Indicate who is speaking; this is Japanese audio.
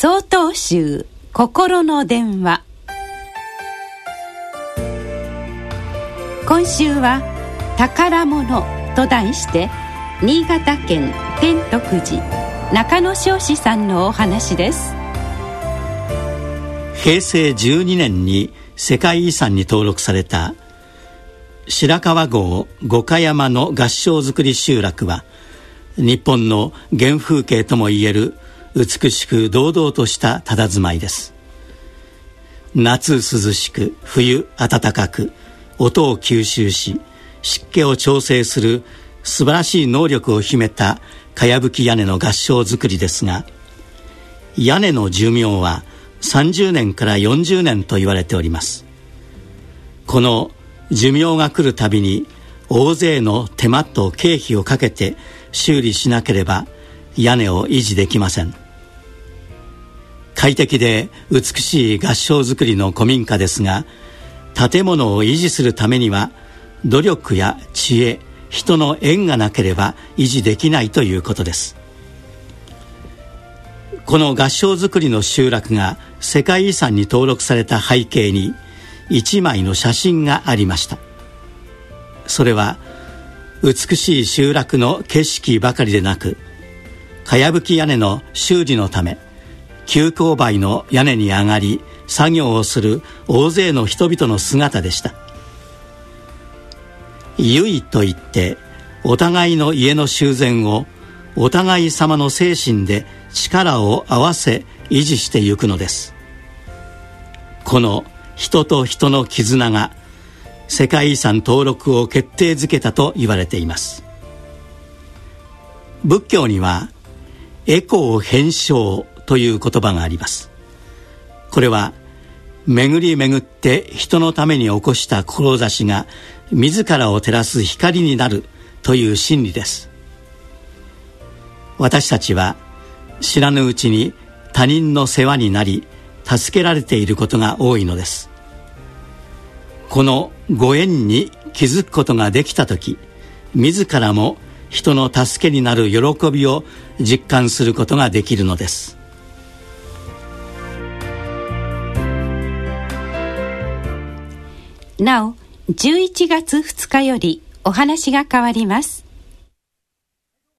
Speaker 1: 曹洞宗心の電話。今週は宝物と題して新潟県天徳寺中野彰子さんのお話です。
Speaker 2: 平成12年に世界遺産に登録された白川郷五箇山の合掌造り集落は、日本の原風景ともいえる美しく堂々とした佇まいです。夏涼しく冬暖かく、音を吸収し湿気を調整する素晴らしい能力を秘めたかやぶき屋根の合掌造りですが、屋根の寿命は30年から40年と言われております。この寿命が来るたびに大勢の手間と経費をかけて修理しなければ屋根を維持できません。快適で美しい合掌造りの古民家ですが、建物を維持するためには努力や知恵、人の縁がなければ維持できないということです。この合掌造りの集落が世界遺産に登録された背景に一枚の写真がありました。それは美しい集落の景色ばかりでなく、かやぶき屋根の修理のため急勾配の屋根に上がり作業をする大勢の人々の姿でした。唯といってお互いの家の修繕をお互い様の精神で力を合わせ維持してゆくのです。この人と人の絆が世界遺産登録を決定づけたと言われています。仏教には回向遍照という言葉があります。これは巡り巡って人のために起こした志が自らを照らす光になるという真理です。私たちは知らぬうちに他人の世話になり助けられていることが多いのです。このご縁に気づくことができたとき、自らも人の助けになる喜びを実感することができるのです。
Speaker 1: なお、11月2日よりお話が変わります。